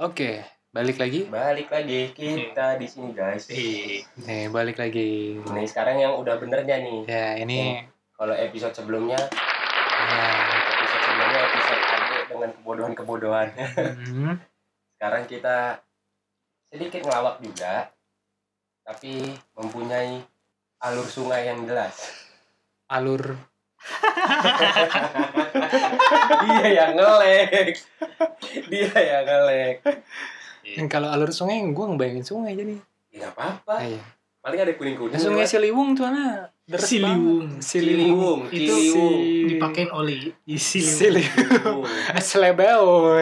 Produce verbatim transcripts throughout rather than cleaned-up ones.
Oke, balik lagi. Balik lagi kita di sini guys. Nih, balik lagi. Nih sekarang yang udah benernya nih. Ya, ini kalau episode sebelumnya, ya. episode sebelumnya episode Ade dengan kebodohan-kebodohan. Hmm. Sekarang kita sedikit ngelawak juga, tapi mempunyai alur sungai yang jelas. Alur Dia yang ngelek. Dia yang ngelek. yang kalau alur sungai gue ngebayangin sungai jadi. Ya apa-apa. Ah, iya. Paling ada kuning-kuning. Nah, sungai Ciliwung tuh ana. Ciliwung. Ciliwung. Itu Ciliwung. dipakein oli Ciliwung. Ciliwung. Selebeo.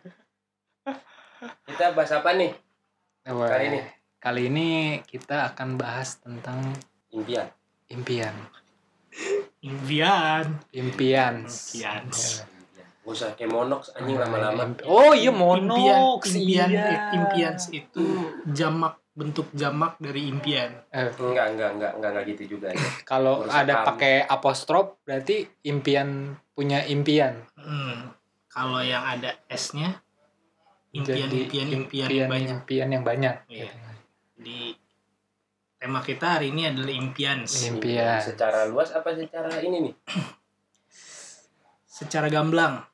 Kita bahas apa nih Wah, kali ini? Kali ini kita akan bahas tentang Impian. impian. Impian. Impian. Impian. Ya. Gak usah kayak monox anjing lama-lama. Oh iya Impian, monox. impian, Iya. eh, impian itu jamak, bentuk jamak dari impian. Eh, Enggak, enggak, enggak, enggak, enggak gitu juga. Ya. kalau Urus ada sekam. pakai apostrof berarti impian punya impian. Hmm. Kalau yang ada S-nya, impian, Jadi, impian, impian, yang banyak. impian yang banyak. Iya. Di tema kita hari ini adalah impian. Impian. Secara luas apa secara ini nih? Secara gamblang.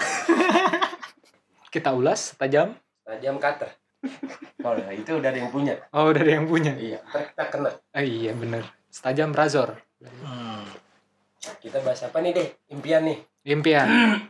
Kita ulas tajam. Tajam cutter. Oh, nah, itu udah ada yang punya. Oh, udah ada yang punya. Iya, ntar kita kena. Ah, iya bener. Setajam razor. Hmm. Kita bahas apa nih, deh? Impian nih. Impian.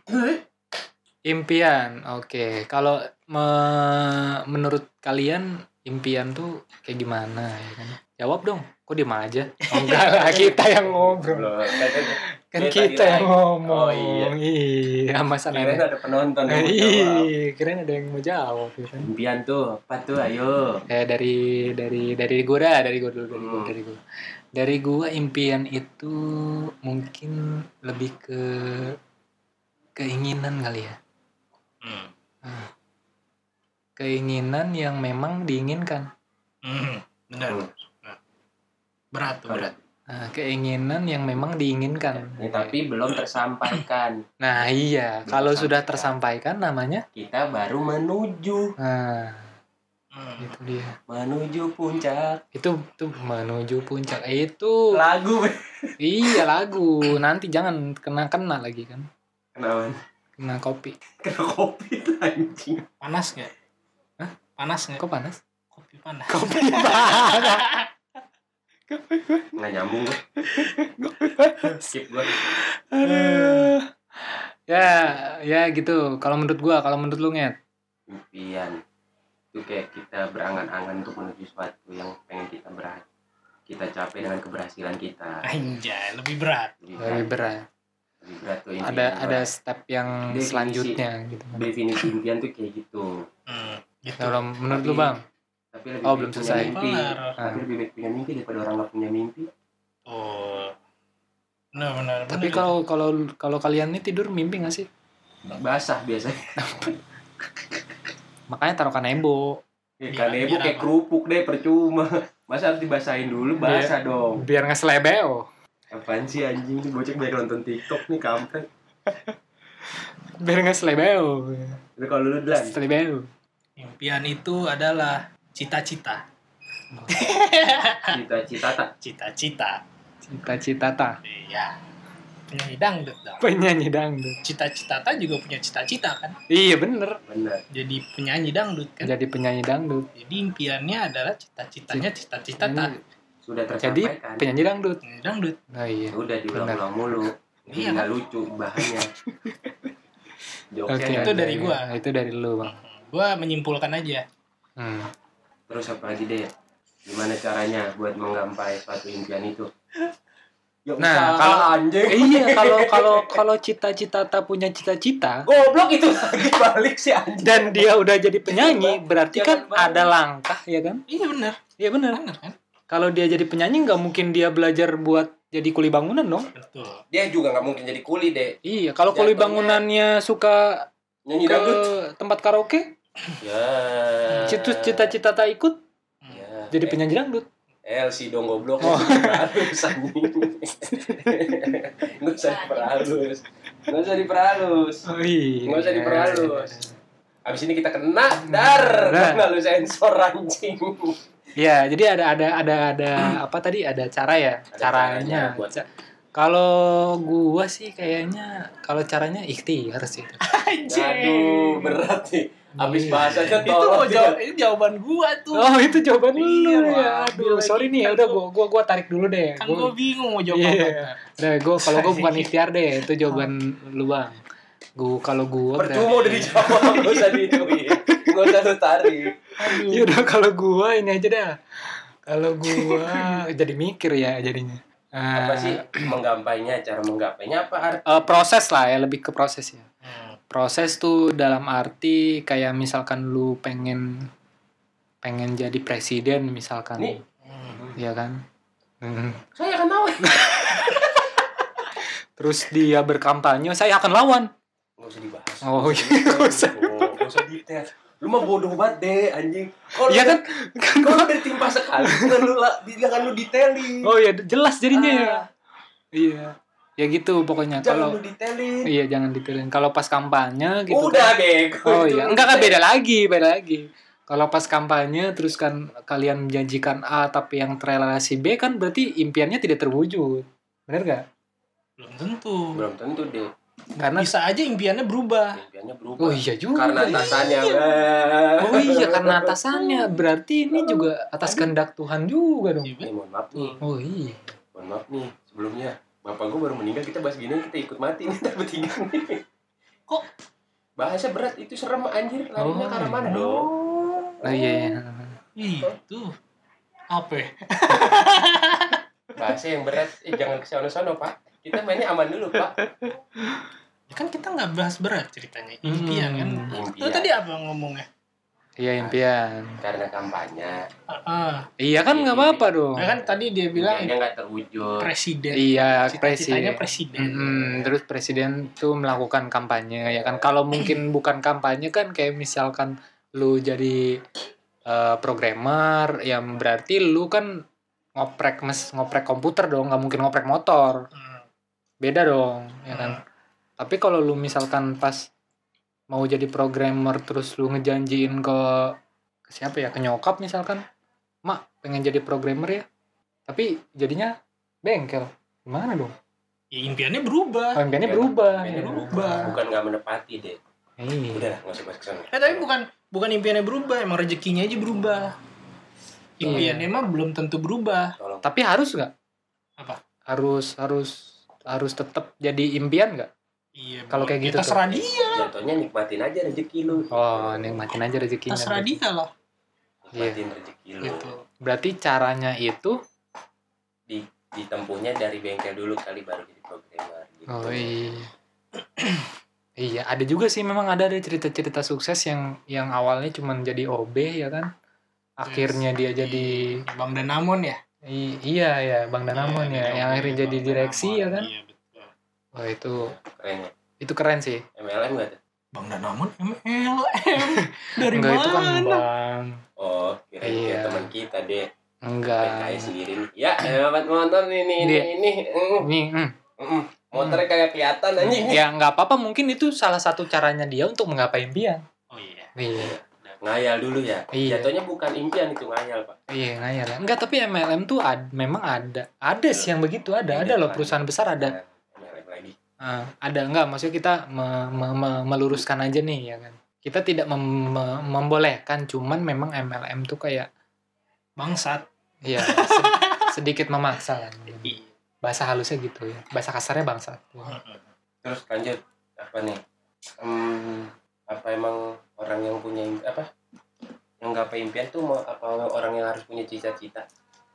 Impian. Oke, kalau me- menurut kalian impian tuh kayak gimana ya kan? Jawab dong. Kok diem aja? Oh, enggak lah, kita yang ngobrol. Loh, kan, kan, Kan dia kita tadi yang lagi. ngomong. Oh iya. Iya, masa Kirain nanya. ada penonton yang mau jawab. Iya, kirain ada yang mau jawab ya kan? Impian tuh, apa tuh? Ayo. Eh dari dari dari gue dah, dari gue dulu, dari gue, Hmm. dari gue. Dari gue impian itu mungkin lebih ke keinginan kali ya. Hmm. Nah, keinginan yang memang diinginkan. Hmm. Benar. Hmm. Berat tuh, berat. Nah, keinginan yang memang diinginkan. Ya, tapi belum tersampaikan. Nah iya, Belum kalau sudah tersampaikan. tersampaikan namanya. Kita baru menuju. Nah, Hmm. itu dia. Menuju puncak. Itu tuh menuju puncak. Itu Lagu. iya lagu. Nanti jangan kena-kena lagi kan. Kenapa? Kena kopi. Kena kopi anjing. Panas nggak? Hah? Panas nggak? Kok panas? Kopi panas. Kopi panas. Nggak nyambung gue. Skip gue. Aduh. Ya, ya gitu. Kalau menurut gua, kalau menurut lu Nget. Impian itu kayak kita berangan-angan untuk menuju sesuatu yang pengen kita berat kita capai dengan keberhasilan kita. Anjay, lebih berat. Lebih Lebih berat. Lebih berat tuh impian. Ada ada Berat. step yang Definisi. selanjutnya gitu kan. Definisi impian tuh kayak gitu. Hmm. Gitu. Kalau menurut lu Tapi- Bang, Tapi lebih Oh, baik belum punya selesai. mimpi. Benar. Tapi lebih baik punya mimpi daripada orang nggak punya mimpi. Oh. Benar, benar. tapi benar. kalau kalau kalau kalian nih tidur mimpi nggak sih? Basah biasanya. Makanya taruh kanebo. Ya, Biar- kanebo biar kayak apa? kerupuk deh percuma. Masa harus dibasahin dulu? Basah dong. Biar nggak selebeo. Apaan sih anjing? Ini bocah banyak nonton TikTok nih kampret. Biar nggak selebeo. Itu kalau lu Dlan. Selebeo. Impian itu adalah cita-cita. Cita-cita tak. Cita-cita. Cita-cita ta. Iya. Penyanyi dangdut dong. Penyanyi dangdut. Cita-cita ta juga punya cita-cita kan. Iya bener. Benar. Jadi penyanyi dangdut kan. Jadi penyanyi dangdut. Jadi impiannya adalah cita-citanya cita-cita ta. Sudah Jadi tersampaikan. penyanyi dangdut. Penyanyi dangdut. Nah iya. Udah diulang-ulang mulu. Jadi Iya. nggak lucu bahannya. Jokesnya Oke. nggak Itu ada. dari gua. Nah, itu dari lu Bang. Gua menyimpulkan aja. Hmm. Terus apa lagi deh? Gimana caranya buat menggapai suatu impian itu? Ya, Nah, usaha, kalau anjing. iya kalau kalau kalau cita-cita tak punya cita-cita Goblok itu lagi balik sih anjing. dan dia udah jadi penyanyi berarti kan Jangan balik. ada langkah ya kan? Iya benar. Iya benar. Benar kan? Kalau dia jadi penyanyi nggak mungkin dia belajar buat jadi kuli bangunan dong. Betul. Dia juga nggak mungkin jadi kuli deh. Iya, kalau kuli Jatuhnya- bangunannya suka Nyanyi ke dangdut. tempat karaoke, Ya. situs cita-cita tak ikut Ya. jadi penyanyi dangdut. L C dong goblok. Oh. Halus anjing. Nggak usah diperhalus. Nggak usah diperhalus. Oh iya. Nggak usah diperhalus. Abis ini kita kena dar, Nah. nggak lu sensor anjing. Ya, jadi ada ada ada ada apa tadi? Ada cara ya, Ada caranya. caranya buat- Ca- Kalau gua sih kayaknya kalau caranya ikhtiar sih. Aduh, berat nih. Abis Iya. bahasanya Itu tolong. mau jawab, ini jawaban gua tuh. Oh, itu jawaban lu Iya, ya. Wak. Aduh, Lagi sorry nih ya kan udah gua- gua gua gua tarik dulu deh. Kan Gua- gua bingung mau jawab Iya. apa. Nah, gua kalau gua bukan ikhtiar deh, itu jawaban lu, Bang. Gua kalau gua Percuma udah dijawab, nggak usah diituin. Nggak usah lu tarik. Ya udah kalau gua ini aja dah. Kalau gua jadi mikir ya jadinya. Ah, Apa sih menggampainya, cara menggapainya apa art? eh, proses lah ya, lebih ke proses ya. Hmm. Proses tuh dalam arti kayak misalkan lu pengen pengen jadi presiden misalkan. Nih. Hmm. Iya kan? Hmm. Saya akan lawan. Terus dia berkampanye, saya akan lawan. Nggak usah dibahas. Oh, Nggak iya, nggak usah. Oh, nggak usah detail. Lu mah bodoh banget deh, anjing. Kalau Iya kan? kan kalau udah timpa sekali, jangan lu la- jangan lu detailin. Oh iya, jelas jadinya ya. Ah, Iya. Ya gitu pokoknya kalau jangan lu detailin. iya jangan detailin. Kalau pas kampanye gitu Udah kan. bego. Oh Itu iya, lu enggak kan detail. beda lagi, beda lagi. Kalau pas kampanye terus kan kalian menjanjikan A tapi yang terrealisasi B kan berarti impiannya tidak terwujud. Bener gak? Belum tentu. Belum tentu deh. Karena Bisa aja impiannya berubah. Impiannya berubah. oh iya juga. Karena atasannya. Oh iya karena atasannya. Berarti ini juga atas kehendak Tuhan juga dong. Iya, Nih, mohon maaf nih. Oh iya. Mohon maaf nih sebelumnya. Bapak gue baru meninggal, kita bahas gini kita ikut mati nih kita bertiga nih. Kok bahasa berat itu serem anjir, larinya Oh, ke arah mana iya. dong? Oh iya. iya. itu apa? ya? Bahasa yang berat, eh jangan ke sono-sono, Pak. Kita mainnya aman dulu, Pak. Ya kan kita nggak bahas berat ceritanya. Impian kan. Hmm, Lu impian. tadi apa ngomongnya? Iya impian. Karena kampanye. Ah, ah. Iya kan nggak apa-apa dong. Nah, kan tadi dia bilang Impiannya nggak terwujud. presiden. Iya Cita-citanya presiden. presiden. Mm-mm, terus presiden tuh melakukan kampanye ya kan. Kalau mungkin bukan kampanye kan kayak misalkan lu jadi eh, programmer yang berarti lu kan ngoprek mes ngoprek komputer dong, nggak mungkin ngoprek motor. Hmm. Beda dong, ya kan. Tapi kalau lu misalkan pas mau jadi programmer terus lu ngejanjiin ke, ke siapa ya, ke nyokap misalkan, mak pengen jadi programmer ya, tapi jadinya bengkel, gimana dong? Ya, impiannya berubah. Oh, impiannya berubah. Impiannya ya. berubah. Bukan nggak menepati deh. Iya. Udah, nggak usah bahas kesana. Eh tapi bukan bukan impiannya berubah, emang rezekinya aja berubah. Impiannya Iya. mah belum tentu berubah. Tolong. Tapi harus nggak? Apa? Harus harus harus tetap jadi impian nggak? Iya. Kalau kayak gitu terserah tuh. dia. Jatuhnya nikmatin aja rezeki lu. Oh, nikmatin aja rezekinya. Terserah dia lah. Nikmatin rezeki lu. Gitu. Berarti caranya itu, Di ditempuhnya dari bengkel dulu kali baru jadi programmer gitu. oh iya. Iya, ada juga sih memang ada ada cerita-cerita sukses yang yang awalnya cuma jadi O B ya kan. Akhirnya dia jadi Bang Danamon ya. i- iya ya, Bang Danamon Iya, ya, dia yang Bang akhirnya jadi Danamon. direksi ya kan. Iya betul. Wah, itu Keren ya. itu keren sih. M L M nggak tuh? Bang Danamon M L M dari Enggak, itu kan mana? Bang. Oh, kirain Iya. kayak teman kita deh. P K S Enggak. sendiri nih. Ya, dapat nonton ini ini Dia. ini. Mm, Ini mm. mm. Motornya kayak kelihatan anjing. ya nggak apa-apa, mungkin itu salah satu caranya dia untuk menggapai impian. Oh iya. Iya. Ngayal dulu ya. Iya. Jatuhnya bukan impian itu ngayal, Pak. Iya, ngayal ya. Enggak, tapi M L M tuh ad, memang ada. Ada sih yang begitu, ada. Ada loh perusahaan besar ada. Nah, M L M lagi. Ah, ada enggak? Maksudnya kita me- me- me- meluruskan aja nih ya kan. Kita tidak mem- me- membolehkan, cuman memang M L M tuh kayak Bangsat. ya sed- sedikit memaksa kan. Iya. Bahasa halusnya gitu ya. Bahasa kasarnya bangsa. Terus lanjut apa nih? Hmm, apa emang orang yang punya im- apa? Yang gapai impian tuh mau apa orang yang harus punya cita-cita?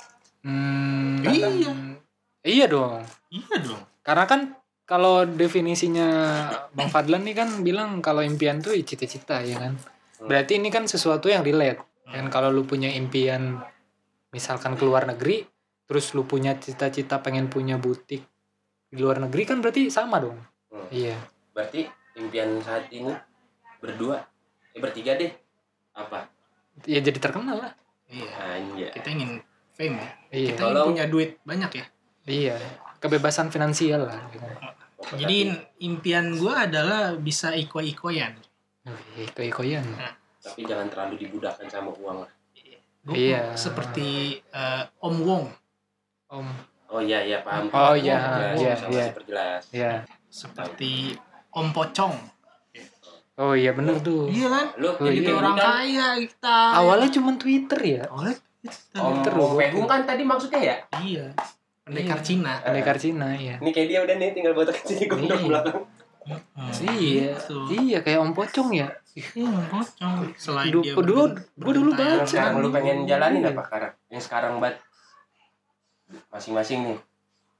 Hmm, Iya. Iya dong. Iya dong. Karena kan kalau definisinya Bang Fadlan nih kan bilang kalau impian tuh cita-cita ya kan. Berarti ini kan sesuatu yang relate. Dan kalau lu punya impian misalkan ke luar negeri, terus lu punya cita-cita pengen punya butik di luar negeri kan berarti sama dong. Hmm. Iya. Berarti impian saat ini berdua, eh bertiga deh. Apa? Ya jadi terkenal lah. Iya. Anjay. Kita ingin fame ya. Iya. Kita ingin Kalau- punya duit banyak ya. Iya. Kebebasan finansial lah. Gitu. Jadi impian gue adalah bisa iko-ikoyan. Iko-ikoyan. Tapi jangan terlalu dibudakkan sama uang lah. Gua Iya. seperti eh, Om Wong. Om. Oh iya iya paham. Oh iya, Jelas, iya, sama iya. super jelas. Ya. Seperti Om Pocong. Oh iya bener tuh. Iya kan? Lu Oh, jadi iya. Kayak orang kan, kaya kita. Awalnya cuma Twitter ya. Awalnya Om Twitter loh. Pegung kan tadi maksudnya ya? Iya. Pendekar Iya. Cina. Pendekar Cina ya. Ini kayak dia udah nih tinggal botak kecil gondok Iya. belakang. Hmm, Iya. gitu. Iya kayak Om Pocong ya. Iya, Om Pocong. Selain Dulu- dia dulu- berben- gua dulu berbentayan. baca. Sekarang lu pengen jalanin Iya. apa sekarang? Yang sekarang bat masing-masing nih.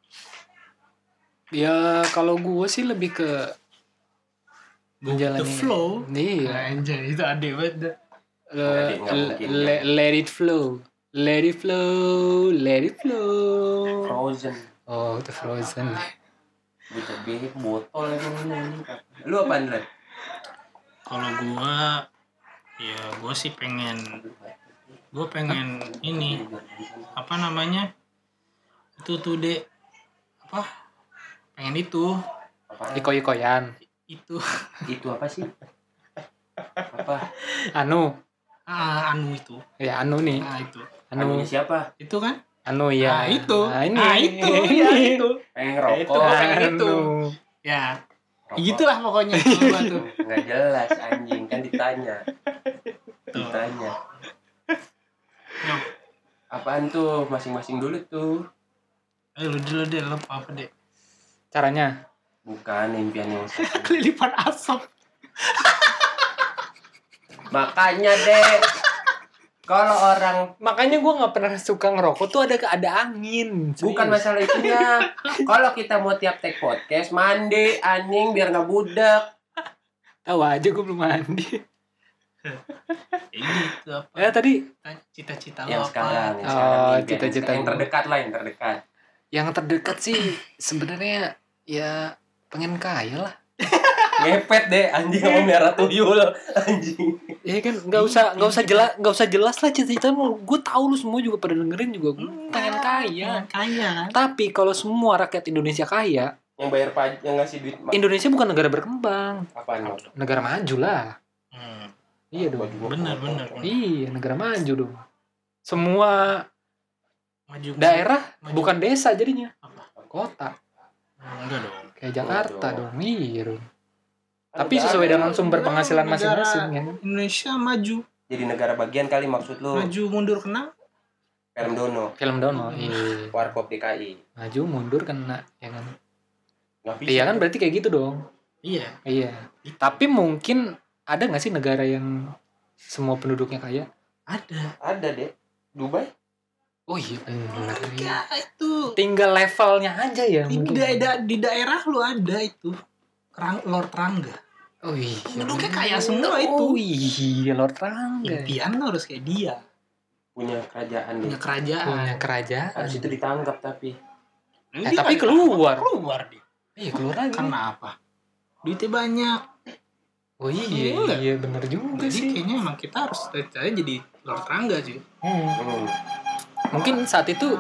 Ya kalau gue sih lebih ke Go with the menjalani- flow. Iya. Nah, anjay, itu adek banget dah. Eh, Nggak mungkin, le- let it flow. Let it flow. Let it flow. Frozen. Oh, itu Frozen. Bisa beli botol emang. Lu apaan Len? Kalau gua ya gua sih pengen gua pengen ini apa namanya? Itu tuh Dek. Apa? Pengen itu. Apaan? Iko-ikoyan. Itu Itu apa sih? Apa? Anu. ah, anu itu. Ya anu nih. Ah, itu. Anu. Anunya siapa? Itu kan? Anu ya. Ah, itu. Nah, ini. Ah, itu. Ya, itu. Pengen Ya, itu. ngerokok. pengen itu. Anu. Ya, Rokok. gitulah pokoknya kalau gua tuh. Nggak jelas anjing kan ditanya. Ditanya. Nah, Apaan tuh? Masing-masing dulu tuh. ayo lu dulu deh, lu apa deh? Caranya. Bukan impian yang satu. Kelilipan asap. Makanya deh. Kalau orang Makanya gue nggak pernah suka ngerokok tuh ada ada angin. bukan Serius. masalah itunya. Kalau kita mau tiap take podcast mandi anjing biar nggak budak. Tahu aja gue belum mandi. Ini itu apa? Ya tadi Cita-cita Yang lo sekarang, apa? yang Oh, sekarang nih, biar cita-cita yang gua. terdekat lah, yang terdekat. yang terdekat sih sebenarnya ya pengen kaya lah. Ngepet deh anjing sama merah tuyul anjing. Ya kan nggak usah nggak usah jelas nggak usah jelas lah cita-cita mau. Gue tahu lu semua juga pada dengerin juga gue pengen kaya. Pengen kaya kan? Tapi kalau semua rakyat Indonesia kaya, Yang bayar pajak, yang ngasih duit ma- Indonesia bukan negara berkembang, apaan lo? negara maju lah. Hmm. Iya dong. Bener, bener. Iya negara maju dong. Semua Maju daerah maju. bukan desa jadinya, Apa? kota Hmm, enggak dong. kayak Jakarta dong. dong. Iya dong. Kan Tapi udah sesuai ada. dengan sumber Negara- penghasilan negara masing-masing ya. Indonesia maju, Jadi negara bagian kali maksud lu. maju mundur kena. Film Dono, Film download, iya. Warkop D K I. Maju mundur kena, ya kan? Nggak bisa. Iya kan berarti kayak gitu dong. Iya. Iya. Tapi mungkin ada nggak sih negara yang semua penduduknya kaya? Ada. Ada deh. Dubai. Oh iya benar. Ya itu Tinggal levelnya aja ya di, mungkin. daerah di daerah lu ada itu. Kerang, Lord Rangga. Oh iya. Penduduknya kaya semua itu. Oh iya Lord Rangga. Impian lu harus kayak dia. Punya kerajaan deh. Punya kerajaan. Punya kerajaan. Habis itu ditangkap tapi. Nah, Eh, dia tapi nggak keluar. Keluar dia. Iya keluar lagi. Karena apa? Duitnya banyak. Oh iya Enggak. iya benar juga Jadi sih. kayaknya emang kita harus cari jadi Lord Rangga sih. Hmm. Hmm. Mungkin saat itu.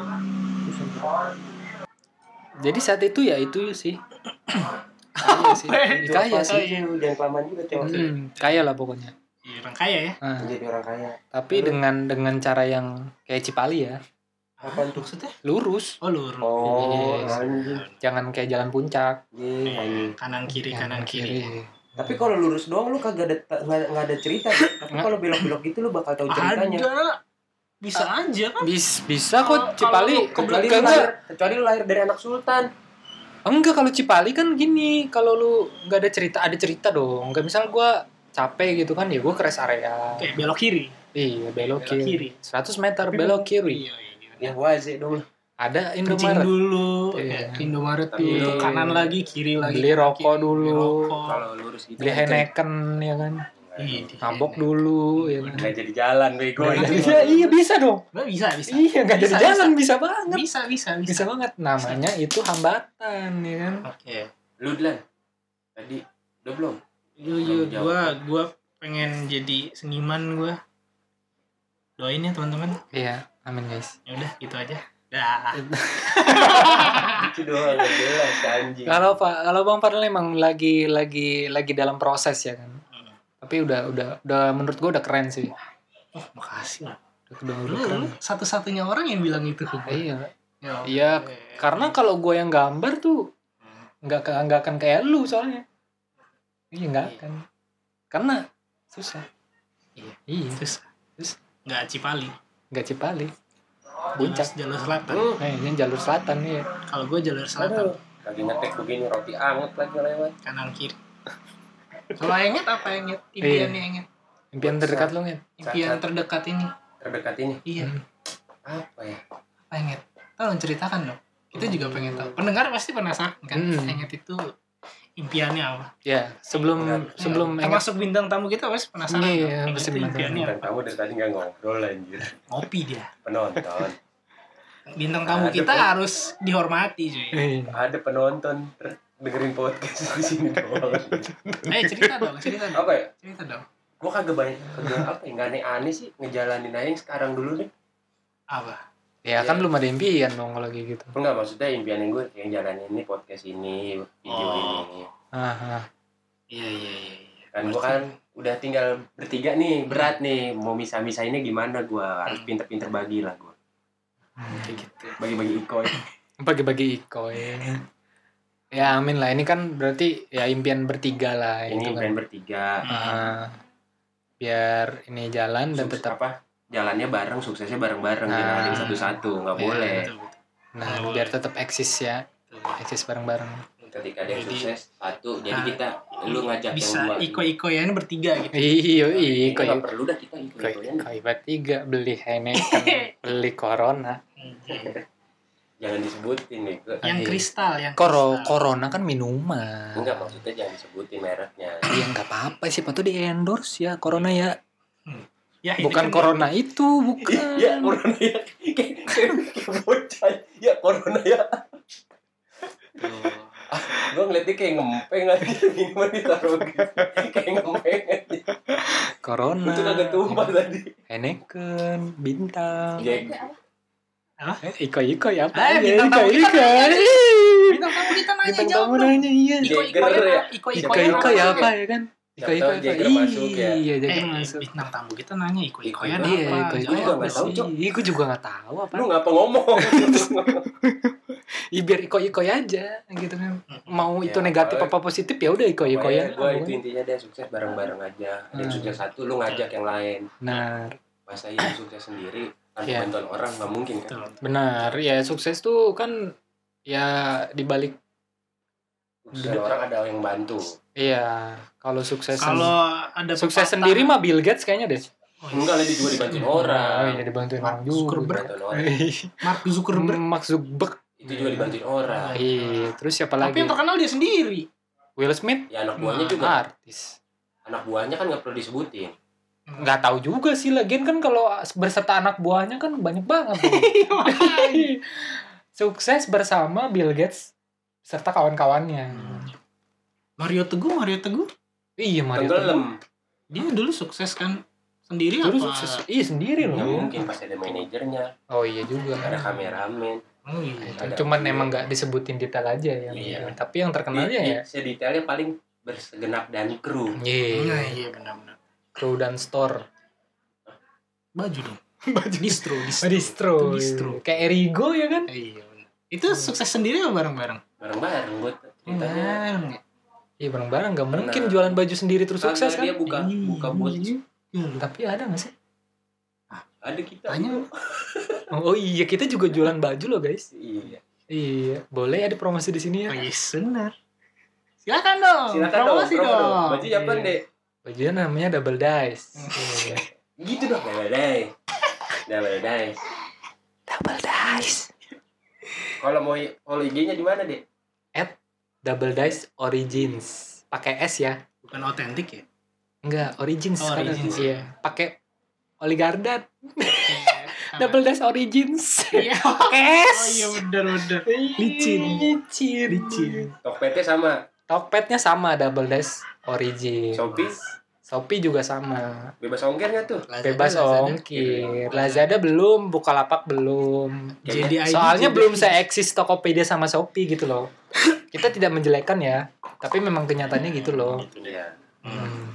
Jadi saat itu ya itu sih. Kaya sih. Itu Kaya apa sih. sih? Jangan kelamaan juga cewek. Hmm, kaya lah pokoknya. Iya, orang kaya ya. Nah, Menjadi orang kaya. tapi dengan dengan cara yang kayak Cipali ya, Apaan tuh? Maksudnya? lurus, Oh, lurus. Oh, Yes. anjing. jangan kayak jalan puncak. Iya, anjing. Kanan kiri, kanan kiri. Tapi kalau lurus doang lu kagak ada nggak nggak ada cerita. Deh. Tapi kalau belok-belok gitu lu bakal tahu ceritanya. Ada. Bisa aja kan? Bis, bisa Kalau- kok Cipali. Kecuali lu Enggak, lahir, enggak, kecuali lu lahir dari anak sultan. enggak kalau Cipali kan gini, kalau lu nggak ada cerita, ada cerita dong. Enggak misal gua capek gitu kan, ya gua ke rest area. Kayak belok kiri. Iya, belok Belok kiri. kiri. seratus meter Tapi belok kiri. Iya, iya, iya. Ya waze dong. Ada Kencing Indomaret. dulu, Iya. ya, Indomaret Tapi- dulu, kanan lagi, kiri lagi. Beli kanan, rokok kiri, dulu. Beli rokok. Kalau lurus gitu. Beli Heineken ya kan. Iya, di- Mabok dulu ya kan. Nggak jadi jalan bego. Nggak anjing. jadi- iya bisa dong. Nggak, bisa, bisa. Iya nggak jadi Bisa, jalan bisa banget. Bisa, bisa, bisa. Bisa banget. Namanya itu hambatan ya kan. Oke. Lu Dlan. Tadi udah belum? Iya, iya, Belum jawab. gua gua pengen jadi seniman gua. Doain ya teman-teman. Iya, amin guys. Ya udah, gitu aja. Dah. Itu doang nggak jelas anjing. Kalau Pak, kalau Bang Fadil emang lagi lagi lagi dalam proses ya kan. Tapi udah udah udah menurut gue udah keren sih. Oh, makasih lah. Udah, udah Lu, keren. lu satu-satunya orang yang bilang itu ke gue. Iya. Ya, Iya, oke. karena kalau gue yang gambar tuh nggak ke- nggak akan kayak lu soalnya. Iya nggak akan. Karena susah. Iya. Iya. Terus Terus nggak Cipali. nggak Cipali. Puncak. Jalur, jalur selatan. Hmm. Nah, ini jalur selatan nih. Kalau gue jalur selatan. Aduh, lagi ngetek begini roti anget lagi lewat. Kanan kiri. Kalau Enget apa Enget? Impiannya Enget. Impian terdekat lu kan? Impian Saat-saat terdekat ini. terdekat ini Iya. Hmm. apa ya? Apa Enget? Tolong ceritakan dong. Kita juga pengen tahu. Pendengar pasti penasaran kan? Hmm. Enget itu impiannya apa? Ya, sebelum Benar. sebelum Ya, termasuk bintang tamu kita pasti penasaran. Iya, kan? Enget pasti itu penasaran. impiannya Dan apa? kamu dari tadi nggak ngobrol anjir. Ngopi dia. Penonton, Bintang tamu Ada, kita Bro. harus dihormati cuy. Eh, ada penonton ter- dengerin podcast di sini doang. Ayo cerita dong, cerita dong. Apa ya? Cerita dong. Gua kagak banyak kagak apa ya, nggak aneh-aneh sih ngejalanin aja yang sekarang dulu deh. Apa? ya kan belum ada impian dong kalau kayak gitu. Enggak, maksudnya impian yang gue yang jalanin ini podcast ini, video Oh. ini. Ah, ah. Iya iya iya. iya. Kan gua kan udah tinggal bertiga nih, berat nih. Mau misah-misahinnya gimana gua? Harus Hmm. pinter-pinter bagi lah gua. Kayak gitu. Bagi-bagi ikoy. Bagi-bagi iko ya. Ya amin lah, ini kan berarti ya impian bertiga lah Ini itu kan. impian bertiga. Ah, biar ini jalan dan Sukses- tetap apa? Jalannya bareng, suksesnya bareng-bareng, Nah. jangan ada satu-satu, nggak Iya, boleh. Betul, betul. nah Oh, biar tetap eksis ya, betul. eksis bareng-bareng. Ketika ada yang Jadi- sukses satu, jadi Ah, kita lu ngajak Bisa yang dua. iko-iko ya ini bertiga gitu. Iya, Ini iko nggak perlu dah kita iko iko-ikoyan. iko bertiga beli Heineken, beli Corona. Jangan disebutin nih. Gua- Yang Iya. kristal, yang Koro, kristal. Corona kan minuman. Enggak, maksudnya jangan disebutin mereknya. Iya nggak apa-apa sih, tuh di endorse ya Corona ya. Ya, ini Bukan kan- Corona itu, bukan. Iya, corona ya. Kayak kayak bocah. Ya, corona ya. Tuh. Gua ngeliatnya kayak ngempeng aja minuman ditaruh gitu. Kayak ngempeng aja. Corona. Itu kagak tumpah tadi. Heineken, bintang. Jack. Eh, iko iko ya apa? Eh, ya? bintang Iko tamu kita iko. nanya. Ih, Bintang tamu kita nanya Bintang jawab tamu dong. nanya iya. Iko-iko Jagger ya, ya. iko-iko Iko ya. iko ya masuk apa ya? ya kan? Iko Siapa iko tahu apa? Jagger masuk ya. Iya, Eh, Jagger masuk. bintang tamu kita nanya iko-iko ya Iko-iko. Iya, apa? iko iko Jawab juga apa nggak tahu, sih? Cok. Iya, gue juga nggak tahu apa. Lu ngapa ngomong? Iya, biar iko iko aja gitu kan. Mau itu Ya, negatif kalau- apa positif ya udah iko iko ya. Gue itu intinya deh sukses bareng-bareng aja. Ada yang Hmm. sukses satu, lu ngajak yang lain. Benar, Masa yang sukses sendiri tanpa Iya. bantuan orang nggak mungkin kan? Betul. benar. Ya sukses tuh kan ya dibalik. Sukses orang ada yang bantu. Iya, kalau sukses Kalau ada sukses pepatah- sendiri mah Bill Gates kayaknya deh. Oh, Enggak lah, dia juga dibantuin orang. Oh iya, dibantuin orang Mark juga. Zuckerberg. Dibantuin orang. Mark Zuckerberg. Mark Zuckerberg. Itu juga dibantuin orang. Iya, terus siapa Tapi lagi? yang terkenal dia sendiri. Will Smith, Ya anak buahnya Nah, juga. artis. Anak buahnya kan nggak perlu disebutin. Nggak tahu juga sih, lagian kan kalau berserta anak buahnya kan banyak banget. tuh. Sukses bersama Bill Gates serta kawan-kawannya. Mario Teguh, Mario Teguh. Iya, Mario Tenggelam. Dia dulu sukses kan sendiri Teguh. Dulu apa? sukses. Iya, sendiri Nggak loh. mungkin pasti ada manajernya, Oh iya juga. ada kameramen. Oh iya. Ada. Cuman emang nggak disebutin detail aja ya. Iya. Tapi yang terkenalnya Di- ya. di- Sedetailnya paling bersegenap dan kru. Nah, Iya, iya benar-benar. crew dan store. Baju dong. Baju distro, distro. Distro. Distro. Kayak Erigo ya kan? Iya benar. Itu sukses sendiri apa bareng-bareng? Bareng-bareng buat ceritanya. Bareng. Iya bareng-bareng nggak Pernah. mungkin jualan baju sendiri terus Kagak, sukses kan? dia buka buka bos. Iya. Tapi ada nggak sih? Ada kita. Tanya. Oh iya, kita juga jualan baju loh guys. Iya. Iya, boleh ada promosi di sini ya. Oh yes, benar. Silakan dong. Silakan dong, promosi promo dong. dong. Baju apa, Iya. Dek? Bajunya namanya double dice. Iya. Gitu dong, double dice. Double dice. Double dice. Kalau mau follow I G-nya di mana, Dek? Double dice origins. Pakai S ya? Bukan otentik ya? Enggak, origins. Oh, kan. Origins. Iya, pakai Oligardat. Double. Double dice origins. Iya. Pakai S. Oh iya benar benar. Licin. Licin. Licin. Tokpetnya sama. Tokpetnya sama double dice origins. Shopee Shopee juga sama. bebas ongkir nggak tuh? Lazada, Bebas Lazada. ongkir. Lazada belum, Bukalapak belum. J D I D, Soalnya J D I D. belum se-eksis Tokopedia sama Shopee gitu loh. Kita tidak menjelekkan ya, tapi memang kenyataannya gitu loh. Iya. Hmm.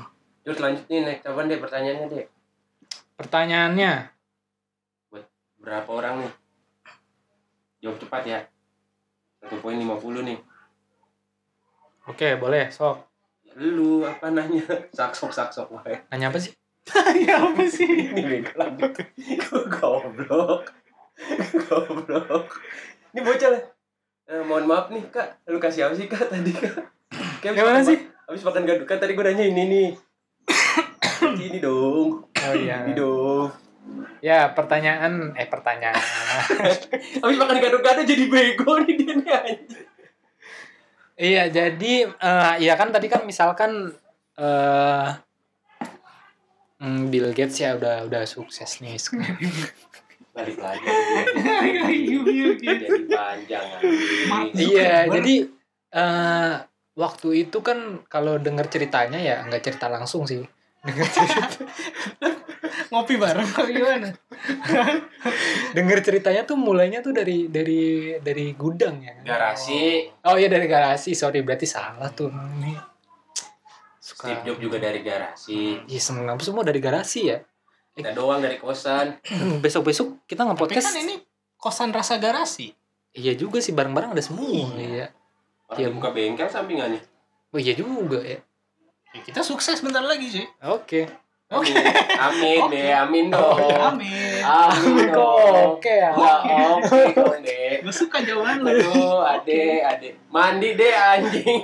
Terus lanjut nih, naik coba deh pertanyaannya deh. Pertanyaannya, Berapa orang nih? Jawab cepat ya. satu koma lima puluh nih. oke boleh sok. Lu apa nanya? Saksok saksok wae. Nanya apa sih? Ya apa sih? Ini bego lanjut. Goblok. Goblok. Ini bocah lah. Eh, mohon maaf nih kak, lu kasih apa sih kak tadi kak? Kayak Gimana sih? Habis makan gado kan tadi gue nanya ini nih. Ini dong. Oh iya. Ini dong. Ya pertanyaan, eh pertanyaan. Habis makan gado-gado jadi bego nih dia nih anjing. Iya jadi, eh ya kan tadi kan misalkan eh hmm, Bill Gates ya udah udah sukses nih sekarang. Balik lagi. Balik lagi, Bill Gates. Jadi panjang anjing. Iya jadi eh waktu itu kan kalau dengar ceritanya ya nggak cerita langsung sih. Dengar cerita, Ngopi bareng apa gimana? denger ceritanya tuh mulainya tuh dari dari dari gudang ya. Garasi. Oh iya dari garasi, sorry berarti salah tuh ini. Steve Jobs juga dari garasi. Iya semua semua dari garasi ya. Kita doang dari kosan. Besok-besok kita Tapi nge-podcast. kan ini kosan rasa garasi. Iya juga sih bareng-bareng ada semua. Iya. Orang Iya. buka bengkel sampingannya. Oh iya juga ya. Ya, kita sukses bentar lagi sih. Oke. Amin. Amin deh, amin dong. Amin. Amin Kok dong. oke ya. Ya oke dong deh. Gue suka jawaban lu. Aduh, ade, ade. Mandi deh anjing.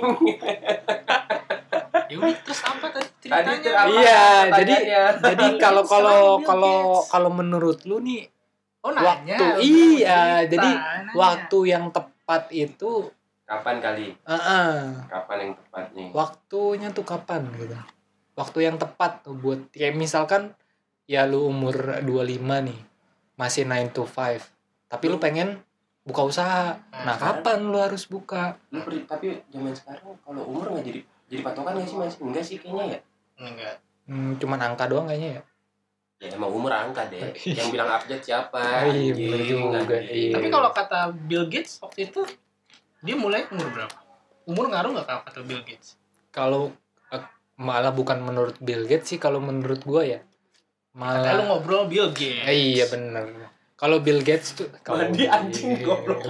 Ya udah terus apa tadi Tadi ceritanya? tuh apa Iya, jadi pertanyaannya? jadi kalau Bill kalau Gates. kalau kalau menurut lu nih Oh waktu nanya. iya, Cerita, jadi nanya. waktu yang tepat itu Kapan kali? Heeh. Kapan yang tepat nih? Waktunya tuh kapan gitu. Waktu yang tepat tuh buat kayak misalkan ya lu umur dua puluh lima nih, masih nine to five. Tapi lu pengen buka usaha. Nah, kapan lu harus buka? Lu per- tapi zaman sekarang kalau umur nggak jadi jadi patokan nggak sih masih? Enggak sih kayaknya ya. Enggak. Hmm, cuman angka doang kayaknya ya. Ya emang umur angka deh. Yang bilang update siapa? Iya, Anjing, bener juga, anjing. iya. Tapi kalau kata Bill Gates waktu itu dia mulai umur berapa? Umur ngaruh nggak kalau kata Bill Gates? Kalau eh, malah bukan menurut Bill Gates sih, kalau menurut gua ya. Katanya lu Malah ngobrol Bill Gates. eh, iya bener. Kalau Bill Gates tuh kalau Mandi anjing goblok.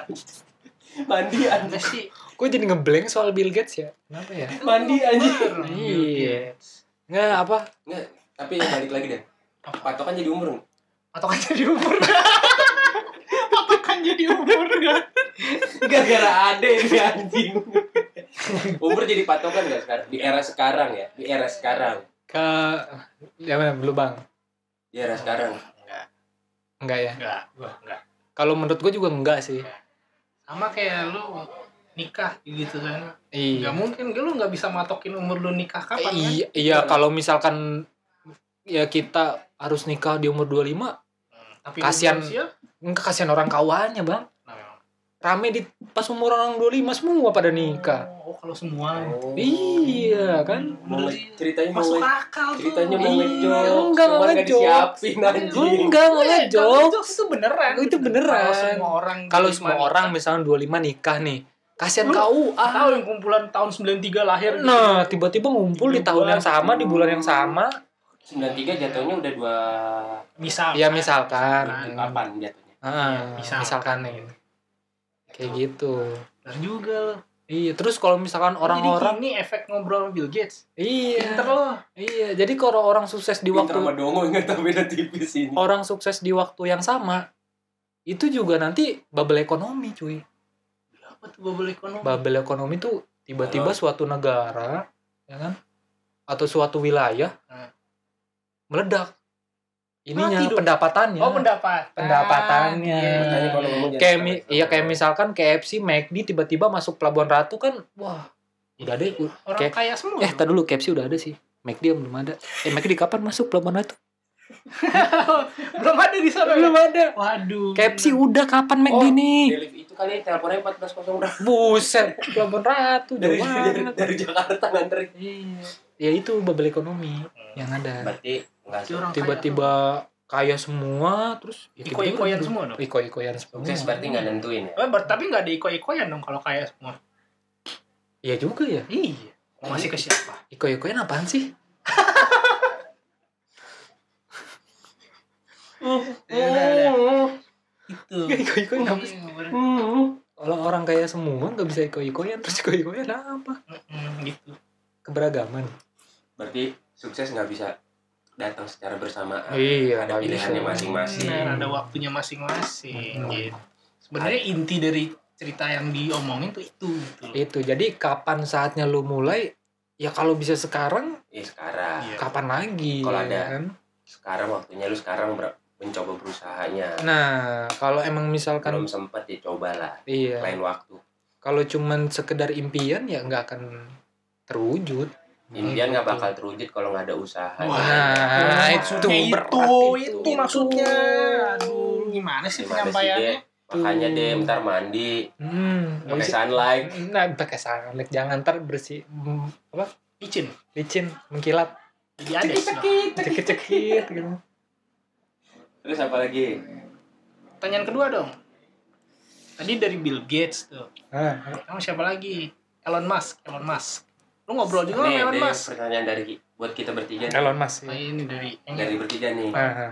Mandi Enggak anjing. sih. Gue jadi ngeblank soal Bill Gates ya. Kenapa ya? Mandi anjing. Iya. Nggak apa? Enggak, tapi balik lagi deh. Patokan jadi umur nggak? Patokan jadi umur. Patokan jadi umur nggak? Gara-gara ade ini anjing. Umur jadi patokan nggak sekarang? Di era sekarang ya? Di era sekarang. Ke ya mana belum bang? Di era sekarang. Enggak. Enggak ya. Enggak. Gua enggak. Kalau menurut gue juga enggak sih. Sama kayak lu nikah gitu kan. Iya. Nggak mungkin lu nggak bisa matokin umur lu nikah kapan kan? Iya, iya kalau misalkan ya kita harus nikah di umur dua puluh lima, Tapi Kasian. lu belum siap, enggak kasihan orang kawannya, Bang. nah, memang. Rame di pas umur orang dua puluh lima semua pada nikah. Oh, kalau semua. Oh. Iya, kan? Mau nge- ceritanya mau Masuk nge- akal tuh. ceritanya mau Iya, ngejok, enggak, cuman nggak ngejok. disiapin anjing. Enggak, enggak Eh, ngejok. jokes itu beneran. Itu beneran. Kalau semua orang Kalau di semua mana- orang misalnya dua puluh lima nikah nih, kasihan Lu K U A. tahu yang kumpulan tahun sembilan puluh tiga lahir gitu. Nah, tiba-tiba ngumpul di tahun yang sama, di bulan yang sama. sembilan puluh tiga jatuhnya udah dua Misal. Ya misalkan. kapan jatuhnya? Ah, Misalkan. misalkan nih. Kayak gitu. Bener juga lo. Iya, terus kalau misalkan orang-orang ini efek ngobrol sama Bill Gates. iya. Pinter lo. Iya, jadi kalau orang sukses di Pinter waktu sama dongo nggak tahu beda tipis ini. orang sukses di waktu yang sama, itu juga nanti bubble ekonomi, cuy. Apa tuh bubble ekonomi? Bubble ekonomi tuh tiba-tiba Halo. suatu negara, ya kan? Atau suatu wilayah Hmm. meledak. Ininya Mati dong. pendapatannya. Oh, pendapat. Pendapatannya. Iya. Makanya kalau ngomong jangan Kayak sama- mi- sama- iya kayak misalkan K F C, McD tiba-tiba masuk Pelabuhan Ratu kan, wah, udah deh. u- Orang Kayak, kaya semua. eh, tar dulu K F C udah ada sih. McD belum ada. Eh, McD kapan masuk Pelabuhan Ratu? Belum ada di sana. Belum ada. Waduh. K F C udah kapan McD Oh, nih? Deliv itu kali teleponnya empat belas nol berapa? Buset, Pelabuhan Ratu jauh Dari, dari, banget. dari Jakarta nganterin. Iya. Ya itu bubble ekonomi yang ada. Berarti enggak Itu orang Tiba-tiba kaya semua, terus ya tiba-tiba Iko-ikoyan udah- semua dong? Iko-ikoyan semua. sukses berarti nggak nentuin ya. Oh, ber- tapi nggak ada iko-ikoyan dong kalau kaya semua. Iya juga ya. Iya. Masih ke siapa? Iko-ikoyan apaan sih? Ya udah, udah. Itu. Iko-iko Oh, nggak iya, bisa. bener. Kalau orang kaya semua nggak bisa iko-ikoyan, terus iko-ikoyan apa? Mm, gitu. Keberagaman. Berarti sukses nggak bisa datang secara bersamaan. Iya, Ada nggak pilihannya bisa. masing-masing. Benar, ada waktunya masing-masing. Hmm. Gitu. Sebenarnya inti dari cerita yang diomongin tuh itu gitu. Itu. Jadi kapan saatnya lu mulai? Ya kalau bisa sekarang, Ya sekarang. Iya. kapan lagi? Kalau ya ada. kan? Sekarang waktunya lu sekarang ber- mencoba berusahanya. Nah, kalau emang misalkan Belum sempat ya cobalah. iya. Lain waktu. Kalau cuman sekedar impian ya nggak akan terwujud. Impian nggak Gitu. bakal terwujud kalau nggak ada usaha. Wah, Nah, maksudnya itu berat itu, itu. itu maksudnya. Aduh, gimana sih Gimana sih, penyampaiannya? Dek? Makanya deh ntar mandi Hmm, nggak pakai bisa. sunlight. Nah, pakai sunlight jangan ntar bersih hmm, apa? Licin. Licin, mengkilat, Jadi ada sih. cekit-cekit gitu. Terus apa lagi? Pertanyaan kedua dong. Tadi dari Bill Gates tuh. Ah, Kamu siapa lagi? Elon Musk. Elon Musk. Lu ngobrol juga sama Nih, Elon deh, Musk. pertanyaan dari buat kita bertiga. nih. Elon Musk. Oh, Ya. ini dari Dari bertiga nih. Ah, ah.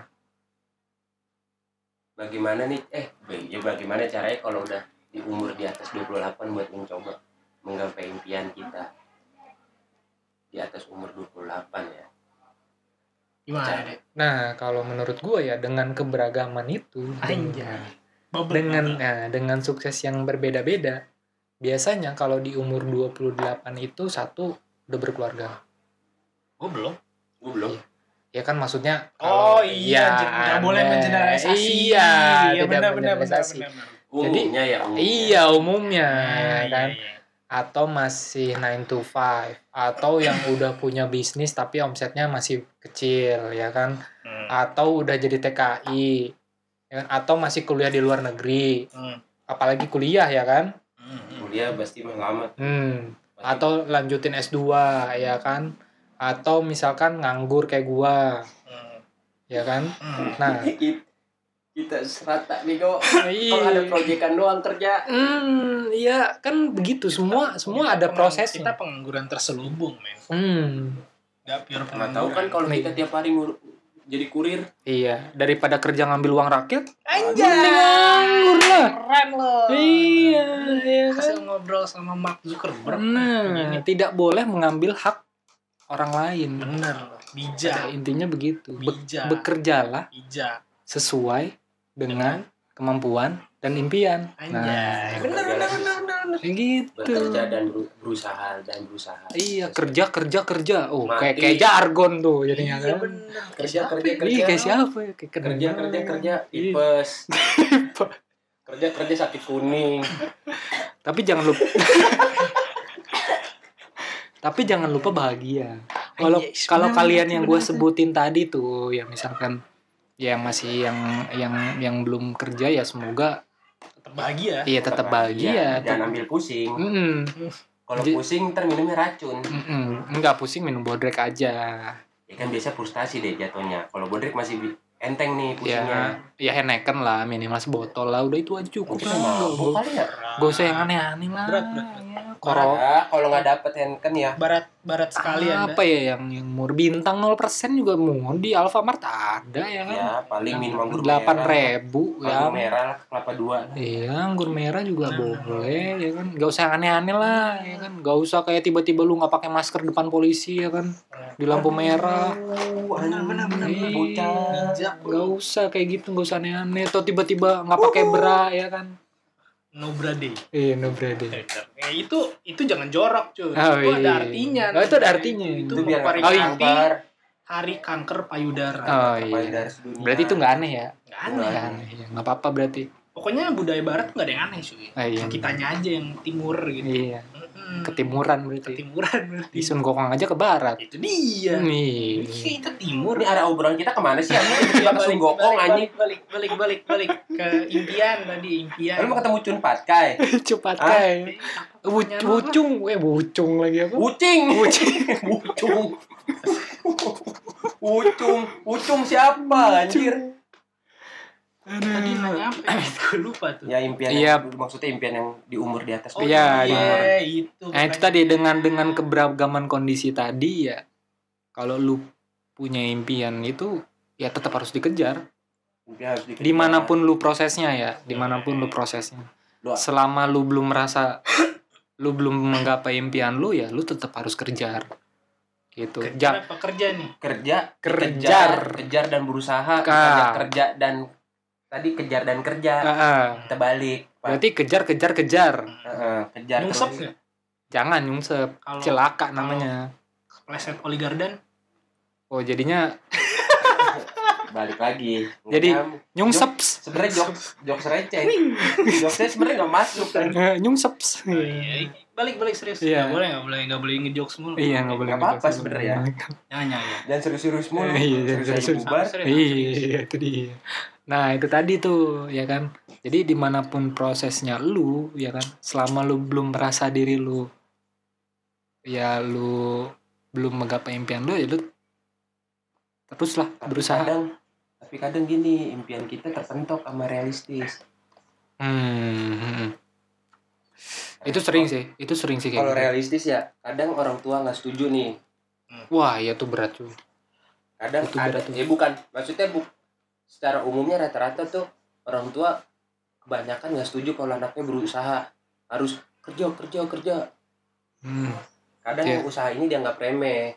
Bagaimana nih? Eh, ya bagaimana caranya kalau udah di umur di atas dua puluh delapan buat mencoba menggapai impian kita di atas umur dua puluh delapan ya. gimana deh? Nah, kalau menurut gua ya dengan keberagaman itu, Anjay. Bubble, dengan bubble. nah, dengan sukses yang berbeda-beda, biasanya kalau di umur dua puluh delapan itu satu udah berkeluarga. Gue belum. Gue belum. Ya kan maksudnya Oh kalau- iya, ya, nggak boleh Anda- mengeneralisasi. Iya, iya tidak benar benar benar mengeneralisasi. benar. Jadi, Umumnya ya umumnya. Iya, umumnya Iya, kan. iya. Atau masih nine to five, atau yang udah punya bisnis tapi omsetnya masih kecil ya kan, Hmm. atau udah jadi T K I ya kan? Atau masih kuliah di luar negeri, Hmm. apalagi kuliah ya kan, Hmm. Kuliah pasti mah lama. hmm. Pasti. Atau lanjutin S dua ya kan, atau misalkan nganggur kayak gua Hmm. ya kan. Hmm. Nah, Kita serata nih kok. iya. Kalau ada proyekan doang kerja. Hmm, iya kan begitu, semua semua Kita ada pengang- prosesnya. Kita pengangguran terselubung, men. Hmm. Gak pure Nggak tahu kan pengangguran. kalau Nih. kita tiap hari ngur- jadi kurir. Iya, daripada kerja ngambil uang rakyat, Anjay. nganggur lah. Keren loh. Iya, iya kan. Hasil ngobrol sama Mark Zuckerberg. Nah, Begini. tidak boleh mengambil hak orang lain. Bener loh. Pada Bijak. intinya begitu. Be- Bijak. bekerjalah Bijak. sesuai dengan kemampuan dan impian. Anjay. Nah, bener bener bener bener. bener. kayak gitu. Bekerja dan beru- berusaha dan berusaha. Iya, kerja kerja kerja. Oh, Mati. kayak kayak jargon tuh jadinya Iya kan. bener. Kerja, Siapa kerja, ya? kerja. Iya, kayak siapa ya? Kayak Kerja kedengeran. kerja kerja Iya. tipes. Kerja kerja sakit kuning. Tapi jangan lupa Tapi jangan lupa bahagia. Kalau Anjay, kalau bener, kalian bener, yang bener, gue bener. sebutin tadi tuh, ya misalkan ya masih yang yang yang belum kerja ya semoga Tetap bahagia. iya tetap bahagia. Jangan ambil pusing. Mm-mm, Kalau J- pusing ntar minumnya racun. mm-mm. Enggak pusing minum bodrek aja. Ya kan biasa frustasi deh jatuhnya. Kalau bodrek masih bi- enteng nih Ya pusingnya. ya Heineken lah minimal sebotol lah, udah itu aja cukup Mungkin lah. mabuk kali ya. Gak usah yang aneh-aneh lah. Berat, berat, berat. Ya, Koro Ya, kalau nggak dapet Henken ya. Barat barat sekali Anda. apa ya yang yang mur bintang nol persen juga mau di Alfamart ada ya kan. Ya paling minum anggur delapan merah. ribu ya. Anggur merah lah, kelapa dua. Iya, anggur merah juga Nah, boleh ya kan. Gak usah yang aneh-aneh lah ya kan. Gak usah kayak tiba-tiba lu nggak pakai masker depan polisi ya kan. Di lampu merah. Benar, benar, benar, Iya, bocah. Bijak, Gak usah kayak gitu, gak usah aneh-aneh. Atau tiba-tiba nggak pakai bra ya kan. No brade. Iya, no brother. Eh, itu itu jangan jorok cuy. Oh, itu ada iya. artinya. Oh, itu ada artinya. Itu Itu biar memperingati Oh, iya. kanker. Hari Kanker Payudara. Oh Payudara iya. sedunia. Berarti itu nggak aneh ya? Nggak aneh. Nggak aneh ya. Nggak apa-apa berarti. Pokoknya budaya Barat nggak ada yang aneh cuy. Ah, iya. Yang kitanya aja yang timur gitu. Iya. Mm-mm. Ketimuran berarti. Ketimuran berarti. Di Sun Gokong aja ke barat. Itu dia. Nih. Kita timur. Ini arah obrolan kita kemana sih? Aku Ya, kita langsung gokong anjing. balik, balik, balik, balik, balik ke impian tadi impian. Lalu mau ketemu Cun Patkai. Cepat Ah? kayak. Wuc- Wucung, eh wucung lagi apa? Ucing. Ucing. Ucung. Ucung. Ucung siapa anjir? Tadi nanya apa? ya? Gue lupa tuh. Ya impian Iya. yang, maksudnya impian yang di umur di atas. Oh Iya, iya, itu. Nah itu tadi dengan dengan keberagaman kondisi tadi ya, kalau lu punya impian itu ya tetap harus dikejar. Impian harus dikejar. Dimanapun lu prosesnya ya, dimanapun lu prosesnya. Doa. Selama lu belum merasa lu belum menggapai impian lu ya, lu tetap harus kejar. Gitu. Kerja apa kerja nih? Kerja, Kejar. kejar, kejar dan berusaha, Ka. bukannya kerja dan tadi kejar dan kerja. Heeh. Kita balik. Pak. Berarti kejar kejar kejar. Heeh, kejar Nyungsep terus. nggak? Jangan nyungsep. Kalau- Celaka kalau- namanya. Pleset Oligardan. Oh, jadinya Balik lagi. Jadi, Ngam- nyungseps. sebenarnya jokes jokes receh. Jokesnya sebenarnya nggak masuk kan. Eh, nyungseps. Oh, iya. Balik balik serius. Iya. Nggak boleh nggak boleh nggak boleh ngejokes mulu. Iya, enggak boleh. Nggak apa-apa ngejokes. sebenarnya. Jangan jangan. Dan serius-serius mulu. Iya, serius aja serius-serius. bubar. Serius. Iya, itu dia. Nah, itu tadi tuh, ya kan. Jadi dimanapun prosesnya lu, ya kan, selama lu belum merasa diri lu, ya lu belum menggapai impian lu, ya lu teruslah Tapi berusaha. kadang tapi kadang gini, impian kita terpentok sama realistis. Hmm, hmm, hmm. Itu sering sih, itu sering sih kayak Kalau gitu. realistis ya, kadang orang tua nggak setuju nih. Wah, ya tuh berat tuh. Kadang Itu ada, berat tuh. ya bukan, maksudnya bu, secara umumnya rata-rata tuh orang tua kebanyakan nggak setuju kalau anaknya berusaha, harus kerja kerja kerja. Hmm. Kadang Iya. usaha ini dianggap remeh.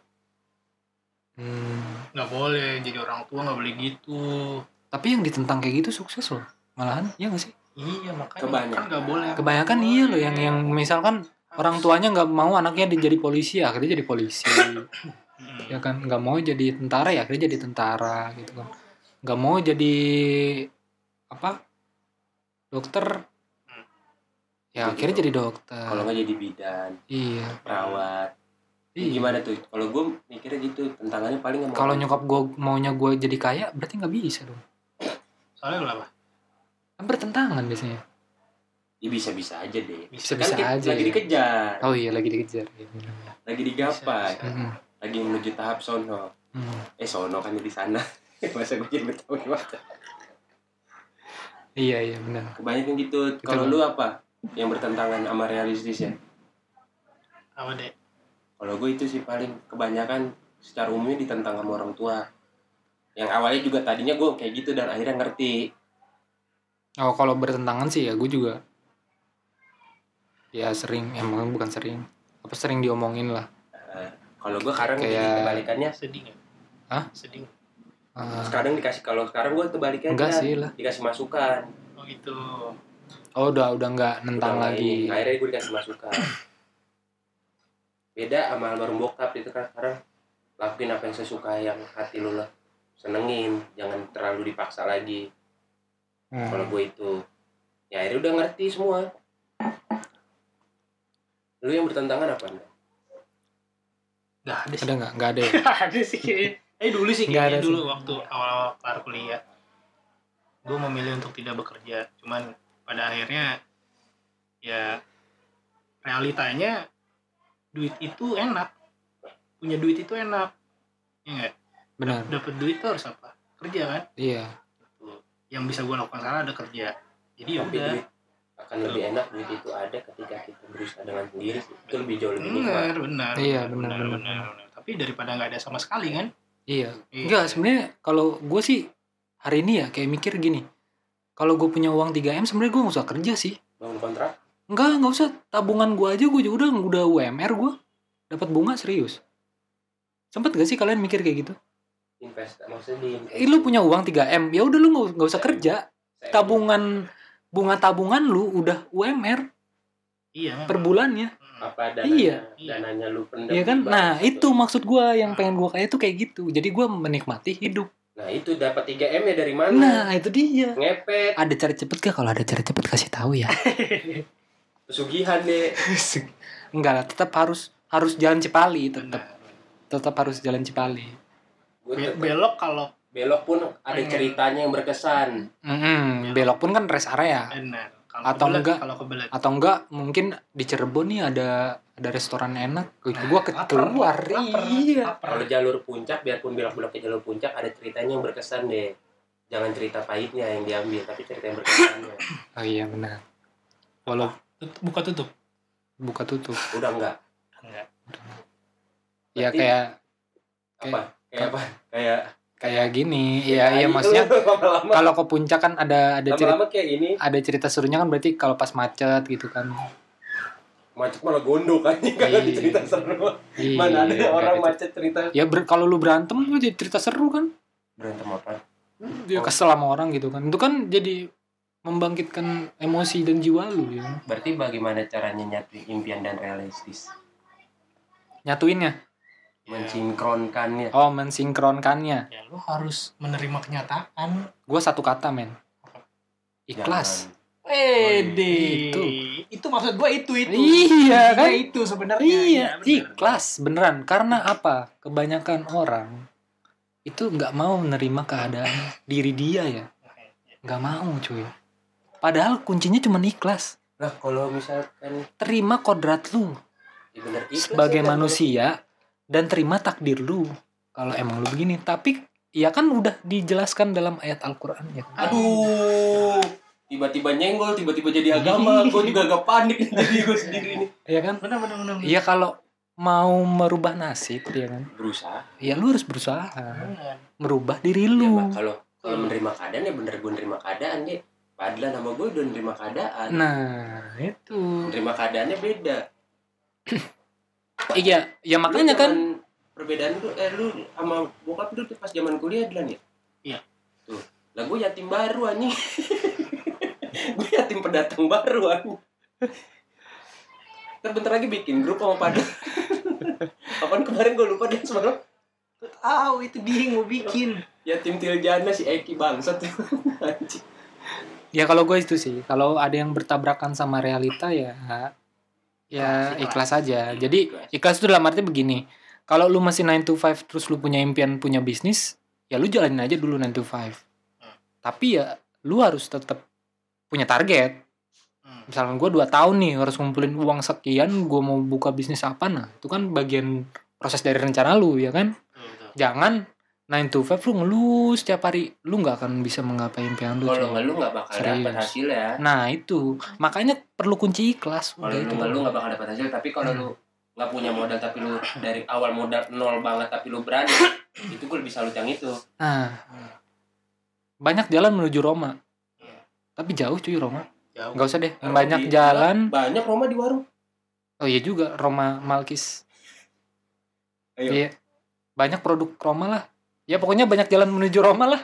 Hmm. Nggak boleh jadi orang tua nggak boleh gitu. Tapi yang ditentang kayak gitu sukses loh. Malahan, ya nggak sih? Iya makanya Kebanyakan. kan nggak boleh. Kebanyakan iya loh yang yang misalkan orang tuanya nggak mau anaknya jadi polisi, akhirnya jadi polisi. Hmm. Ya kan, nggak mau jadi tentara ya akhirnya jadi tentara gitu kan. Nggak mau jadi apa? Dokter. Ya Jadi akhirnya dok- jadi dokter. Kalau nggak jadi bidan, Iya. perawat. Iya. Gimana tuh? Kalau gue mikirnya gitu, tentangannya paling sama Kalau orang nyokap gue maunya gue jadi kaya, berarti nggak bisa dong. Soalnya kenapa? Kan bertentangan biasanya. Ya bisa-bisa aja deh. Bisa-bisa Kan kita aja, lagi ya. dikejar, Oh iya lagi dikejar. Iya, bener. lagi digapai, Bisa, bisa. Mm-mm. lagi menuju tahap sono. Hmm. Eh sono kan di sana. Masa gue jadi tahu gimana? Iya iya benar. Kebanyakan gitu. Kalau Betul. lu apa? Yang bertentangan sama realistis ya? Apa deh? Kalau gue itu sih paling kebanyakan secara umumnya ditentang sama orang tua. Yang awalnya juga tadinya gue kayak gitu dan akhirnya ngerti. Oh kalau bertentangan sih ya gue juga. Ya sering, emang bukan sering. Apa sering diomongin lah. Uh, kalau gue sekarang jadi Kayak- kebalikannya. Sedih nggak? Hah? Sedih. nggak? Ah, Sekarang dikasih kalau sekarang gue kebalikannya enggak sih lah. dikasih masukan. Oh gitu. Oh udah udah nggak nentang Udah lagi. ini. Akhirnya gue dikasih masukan. Beda sama almarhum bokap itu kan sekarang lakuin apa yang sesuka yang hati lu lah senengin, jangan terlalu dipaksa lagi. Hmm. Kalau gue itu ya akhirnya udah ngerti semua. Lu yang bertentangan apa anda? Nggak ada sih. Ada nggak? Nggak ada. Ya? Nggak ada sih. Eh dulu sih Nggak kayaknya ada dulu sih. waktu awal-awal kelar kuliah. Gue memilih untuk tidak bekerja. Cuman pada akhirnya ya realitanya duit itu enak. Punya duit itu enak. Ya nggak? Benar. Dapat duit tuh harus apa? Kerja kan? Iya. Tuh. Yang bisa gue lakukan sekarang ada kerja. Jadi ya Tapi udah. duit akan lebih enak duit itu ada ketika kita berusaha dengan sendiri. Itu lebih jauh lebih nikmat. Benar, benar. Iya, benar, benar, benar, benar. benar. Tapi daripada nggak ada sama sekali kan? Iya. Iya. Enggak sebenarnya kalau gue sih hari ini ya kayak mikir gini. Kalau gue punya uang tiga M sebenarnya gue nggak usah kerja sih. Bangun kontrak Enggak, nggak usah. Tabungan gue aja gue juga udah udah U M R gue. Dapat bunga serius. Sempet gak sih kalian mikir kayak gitu? invest maksudnya di Eh, lu punya uang tiga M, ya udah lu nggak nggak usah kerja. Tabungan bunga tabungan lu udah U M R Iya. per bulannya. Hmm. apa dananya Iya. dananya lu pendam Iya kan? di bank Nah, satu. itu maksud gue yang pengen gue kayak tuh kayak gitu. Jadi gue menikmati hidup. Nah itu dapat tiga M ya dari mana? Nah, itu dia. Ngepet, Ada cara cepet gak? Kalau ada cara cepet kasih tahu ya. pesugihan deh. Enggak lah, tetap harus harus jalan Cipali tetap. Benar. Tetap harus jalan Cipali. Gua Be- tetep- belok kalau belok pun ada Pengen. ceritanya yang berkesan. Mm-mm, belok pun kan rest area. benar. Kalau Atau kebelet, enggak. Kalau kebelet. Atau enggak mungkin di Cirebon nih ada ada restoran enak. Gua gua ke- Lapar, keluar. lapar, Iya. lapar. Kalau jalur puncak, biarpun belok-belok ke jalur puncak, ada ceritanya yang berkesan deh. Jangan cerita pahitnya yang diambil, tapi cerita yang berkesannya. Oh iya benar. Walau Tut- buka tutup. buka tutup. Udah enggak? Enggak. Ya Berarti- kayak Apa? Kayak apa? Kayak kayak gini. Iya, iya maksudnya lama-lama kalau ke puncak kan ada ada cerita lama-lama kayak ini ada cerita serunya kan berarti kalau pas macet gitu kan. macet malah gondok kan kalau Iya. cerita seru. Iya, Mana ada kayak orang gitu. macet cerita Ya ber, kalau lu berantem tuh jadi cerita seru kan. berantem apa? Dia kesel sama orang gitu kan. Itu kan jadi membangkitkan emosi dan jiwa lu ya. Berarti bagaimana caranya nyatuin impian dan realistis? Nyatuinnya. Mensinkronkannya. Oh, mensinkronkannya. Ya lu harus menerima kenyataan. Gua satu kata, men. Ikhlas. Ede. Itu. Itu maksud gua itu itu. Iya, Intinya kan? itu sebenarnya. Iya, Ya, bener. ikhlas beneran. Karena apa? Kebanyakan orang itu nggak mau menerima keadaan diri dia ya. Nggak mau, cuy. Padahal kuncinya cuma ikhlas. Lah kalau misalkan Terima kodrat lu ya bener ikhlas sebagai ya, manusia dan terima takdir lu. Kalau emang lu begini, tapi ya kan udah dijelaskan dalam ayat Al-Qur'an ya. kan? aduh tiba-tiba nyenggol tiba-tiba jadi agama gue juga agak panik jadi gue sendiri nih Iya kan? Benar benar benar. Iya kalau mau merubah nasib ya kan. berusaha Ya lu harus berusaha Benar. merubah diri ya lu. Mak, kalau kalau menerima keadaan ya bener gue nerima keadaan deh padahal nama gue udah nerima keadaan Nah, itu. nerima keadaannya beda Iya, ya makanya Lu kan zaman perbedaan tuh eh lu sama bokap lu tuh pas zaman kuliah Dilan ya Iya. tuh lah gue yatim baru anjing gue yatim pendatang baru anjing ntar bentar lagi bikin grup sama pada apaan kemarin gue lupa deh sebenarnya Tahu itu dia yang mau bikin. yatim Tiljana si Eki bangsat anjing ya kalau gue itu sih, kalau ada yang bertabrakan sama realita ya ya ikhlas aja. Jadi ikhlas itu dalam arti begini. Kalau lu masih nine to five terus lu punya impian punya bisnis, ya lu jalanin aja dulu nine to five. Tapi ya lu harus tetap punya target. Misalkan gue dua tahun nih harus ngumpulin uang sekian, gue mau buka bisnis apa, nah itu kan bagian proses dari rencana lu ya kan. Jangan nine to five lu ngeluh setiap hari, lu nggak akan bisa menggapai impian lu. kalau coy. ngeluh nggak bakal Serius. dapat hasil ya Nah itu makanya perlu kunci ikhlas. kalau Udah lu itu. ngeluh nggak bakal dapat hasil tapi kalau lu nggak punya modal tapi lu dari awal modal nol banget tapi lu berani itu gue lebih salut yang itu Nah, banyak jalan menuju Roma, tapi jauh cuy Roma. Jauh. Nggak usah deh, Kalau banyak di- jalan. banyak Roma di warung Oh iya juga Roma Malkis. Ayo. Iya, banyak produk Roma lah. Ya pokoknya banyak jalan menuju Roma lah.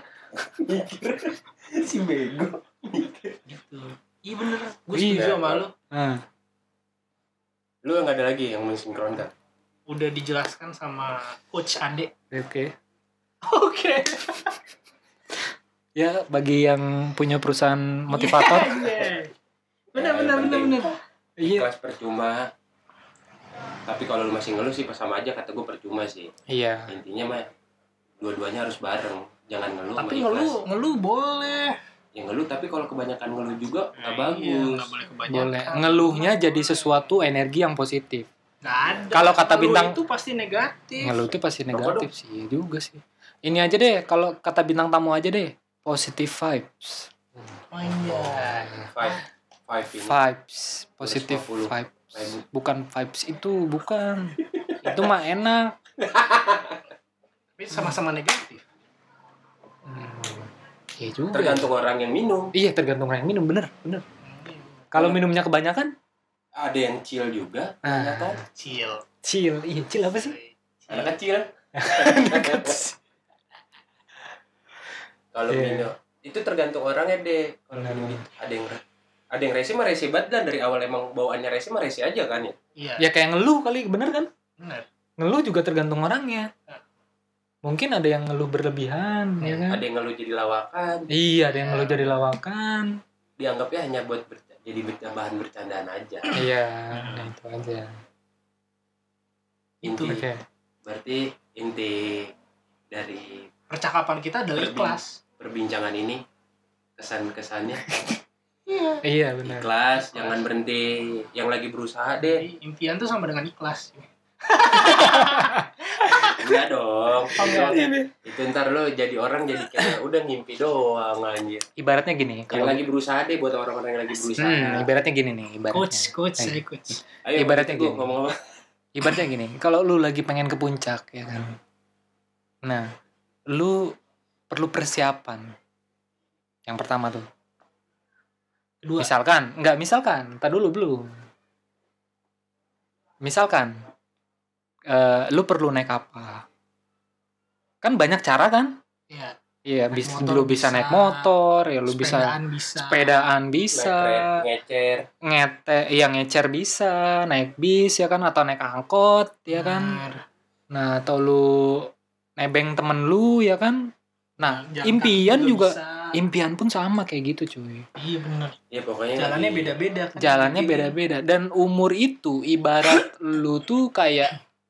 si bego Gitu. Iya bener. Gue Iya. setuju sama lu. Nah, lu nggak ada lagi yang mensinkronkan Udah dijelaskan sama coach Ade. oke. Oke. Ya bagi yang punya perusahaan motivator, Iya. Benar Ya, benar yang benar penting. benar. iya, kelas percuma tapi kalau lu masih ngeluh sih pas sama aja kata gue percuma sih iya. intinya mah dua-duanya harus bareng jangan ngeluh Tapi sama ikhlas ngeluh ngeluh boleh. ya ngeluh tapi kalau kebanyakan ngeluh juga nggak Iya, bagus nggak boleh kebanyakan. Boleh. Ngeluhnya jadi sesuatu energi yang positif. Nggak ada. Kalau kata Ngeluh bintang- itu pasti negatif. Ngeluh itu pasti Rokok negatif sih, iya juga sih. Ini aja deh, kalau kata bintang tamu aja deh, positive vibes. Oh iya. five five ini Vibes, positive lima puluh. vibes. Ribu. Bukan vibes itu, bukan. Itu mah enak. Tapi sama-sama negatif. Hmm, iya juga. tergantung orang yang minum Iya, tergantung orang yang minum, bener, bener. Kalau minumnya kebanyakan, ada yang chill juga Ah. ya kan Chill. chill. Iya, chill apa sih? anak kecil kalau Iya. minum itu tergantung orangnya deh kalau Benar. minum gitu ada yang ada yang rese mah rese banget kan dari awal emang bawaannya rese mah rese aja kan ya Iya. Ya kayak ngeluh kali, bener kan? Benar. Ngeluh juga tergantung orangnya. Mungkin ada yang ngeluh berlebihan, ya kan? ada yang ngeluh jadi lawakan Iya, ada yang ngeluh jadi lawakan. dianggapnya hanya buat ber- jadi ber- bahan bercandaan aja Iya, nah itu aja. Itu. inti Oke. berarti inti dari Percakapan kita adalah Lebih. ikhlas. perbincangan ini kesan-kesannya Iya. Iya, benar. ikhlas jangan berhenti yang lagi berusaha deh Jadi impian tuh sama dengan ikhlas. enggak dong Enggak. itu, itu ntar lo jadi orang jadi kayak udah ngimpi doang anjir Ibaratnya gini, yang kalau lagi berusaha deh buat orang-orang yang lagi berusaha hmm, ibaratnya gini nih, ibaratnya. Coach, coach, Eh, saya coach. ayo ibaratnya Bang, gini. ngomong apa Ibaratnya gini, kalau lu lagi pengen ke puncak ya kan. Nah, lu perlu persiapan. Yang pertama tuh. Kedua. Misalkan, enggak misalkan, tar dulu belum. Misalkan, uh, lu perlu naik apa? Kan banyak cara kan? Iya. Iya, Naik bis, motor lu bisa, bisa, naik motor, ya lu bisa sepedaan bisa. sepedaan bisa, Naik ngecer, ngete, ya ngecer bisa, naik bis ya kan, atau naik angkot ya kan. Benar. Nah, atau lu nebeng temen lu ya kan. Nah, Jalan impian kaki juga, bisa. impian pun sama kayak gitu cuy. Iya benar. ya pokoknya Jalannya lagi- beda-beda kan. Jalannya Gini. beda-beda dan umur itu ibarat lu tuh kayak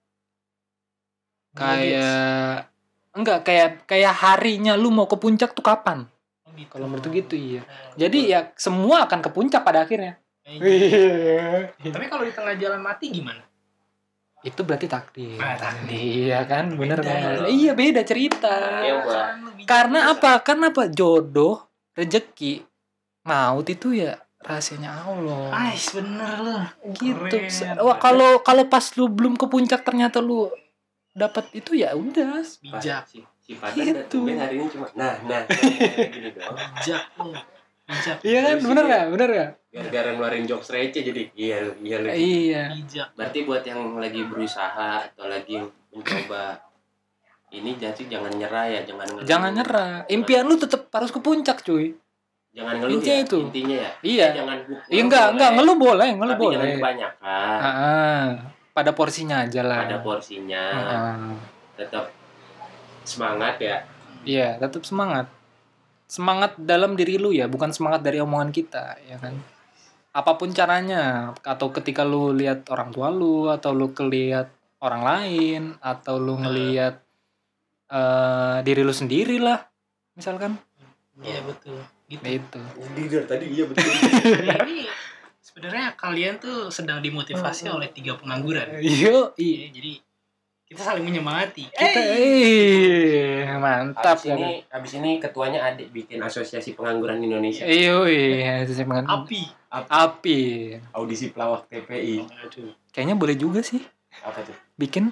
Bill Gates. kayak enggak kayak kayak harinya lu mau ke puncak tuh kapan? Oh, gitu. Kalau menurut gitu iya. Oh, Jadi ya semua akan ke puncak pada akhirnya. iya. Tapi kalau di tengah jalan mati gimana? Itu berarti takdir. Ah, takdir. Iya kan, bener Beda kan? dong. Iya beda cerita. Iya, Mbak. Kan lu bijak. Karena apa? Karena apa? Jodoh, rezeki, maut itu ya rahasianya Allah. Ais bener lu. Gitu. Keren. Wah, kalau kalau pas lu belum ke puncak ternyata lu dapat itu ya udah. Bijak. si, si Padahal Gitu. tumben hari ini cuma nah nah, nah gini dong. Bijak lu. Bijak. Iya kan, Terus bener ini- gak? Bener gak? Gara-gara ngeluarin jokes receh jadi iya lu, iya lu. Iya. Bijak. Berarti buat yang lagi berusaha atau lagi mencoba ini jadi jangan nyerah ya, jangan ngeluh. Jangan nyerah. Impian lu tetap harus ke puncak, cuy. Jangan ngeluh Intinya ya, itu. intinya ya. Iya. Jangan Iya enggak, enggak ngeluh boleh, ngeluh tapi boleh. jangan kebanyakan. Ah, pada porsinya aja lah. Ada porsinya. Ah, Tetap semangat ya. iya, tetap semangat. Semangat dalam diri lu ya, bukan semangat dari omongan kita, ya kan? Apapun caranya, atau ketika lu lihat orang tua lu, atau lu kelihat orang lain, atau lu ngelihat eh, diri lu sendiri lah, misalkan. Iya betul. Gitu. Itu. Jadi dari tadi iya betul. Nah, ini sebenarnya kalian tuh sedang dimotivasi oleh tiga pengangguran. Yo, Iya, jadi kita saling menyemangati. kita Eh, eh mantap Abis ini, abis ini ketuanya adik bikin asosiasi pengangguran Indonesia. Iyo, iya, saya pengen- api. api. Audisi pelawak T P I. Aduh. Kayaknya boleh juga sih Apa tuh? bikin.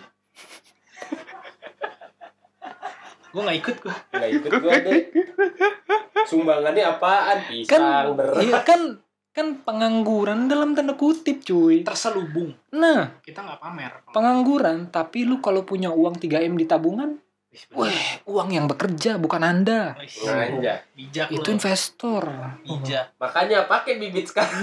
Gue nggak ikut gue. Nggak ikut gua deh. Sumbangannya apaan? Kan Pisang, beras. iya kan kan pengangguran dalam tanda kutip, cuy. Terselubung. Nah, Kita nggak pamer. pengangguran tapi lu kalau punya uang tiga M di tabungan, Wih, bener. wah, uang yang bekerja bukan Anda. Wih, Nganja. Bijak Itu lu. investor. Bijak. Makanya pakai bibit sekarang.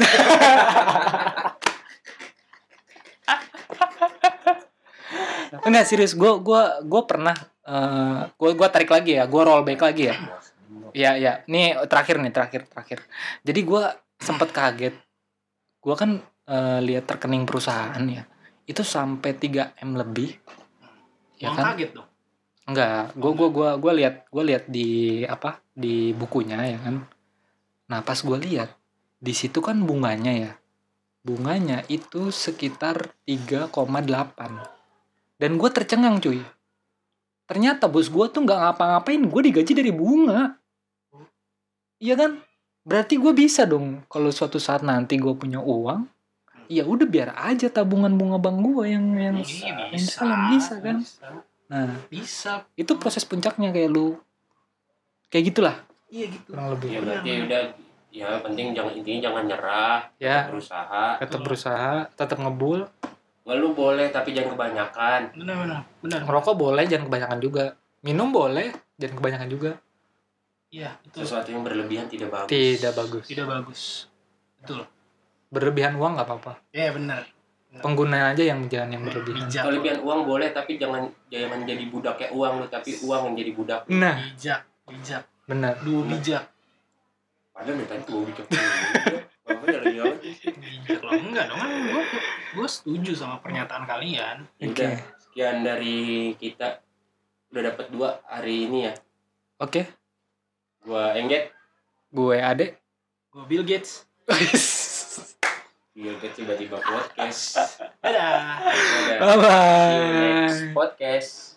Enggak serius, gue gua gua pernah eh gue gua tarik lagi ya, gue roll back lagi ya. Iya, iya. Ini terakhir nih, terakhir, terakhir. Jadi gue sempet kaget. Gue kan eh, lihat rekening perusahaan ya. Itu sampai tiga M lebih. Ya Yang kan? kaget dong. Enggak, gue gua gua gua lihat gua lihat di apa? Di bukunya ya kan. Nah, pas gue lihat di situ kan bunganya ya. Bunganya itu sekitar tiga koma delapan. Dan gue tercengang, cuy. Ternyata bos gue tuh nggak ngapa-ngapain, gue digaji dari bunga. Iya kan? Berarti gue bisa dong kalau suatu saat nanti gue punya uang, ya udah biar aja tabungan bunga bank gue yang yang Iya, yang bisa. jalan, bisa kan? Bisa. Nah, Bisa. itu proses puncaknya kayak lu. Kayak gitulah. Iya gitu. Kurang lebih. Ya berarti udah ya penting jangan intinya jangan nyerah, Ya, berusaha. tetap berusaha, tetap ngebul. Ngeluh boleh tapi jangan kebanyakan. Benar benar. Benar. Ngerokok boleh, jangan kebanyakan juga. Minum boleh, jangan kebanyakan juga. Iya, itu Sesuatu yang berlebihan tidak bagus. Tidak bagus. tidak bagus. Betul. Berlebihan uang nggak apa-apa. Iya benar. Pengguna aja yang jangan yang berlebihan. Bijak. Kelebihan uang boleh tapi jangan jangan jadi budaknya uang lu, tapi uang yang jadi budak lu. Nah, Bijak. Bijak. benar. Duo bijak. Padahal dari tadi gua bikin apa ya lagi apa? Bijak loh. Enggak dong. Gue gue setuju sama pernyataan kalian. Ya Oke. udah, sekian dari kita. Udah dapat dua hari ini ya. Oke, Gua Engget. gue Ade. Gue Bill Gates. Bill Gates tiba-tiba podcast. Dadah. Dadah. Bye See you bye. next podcast.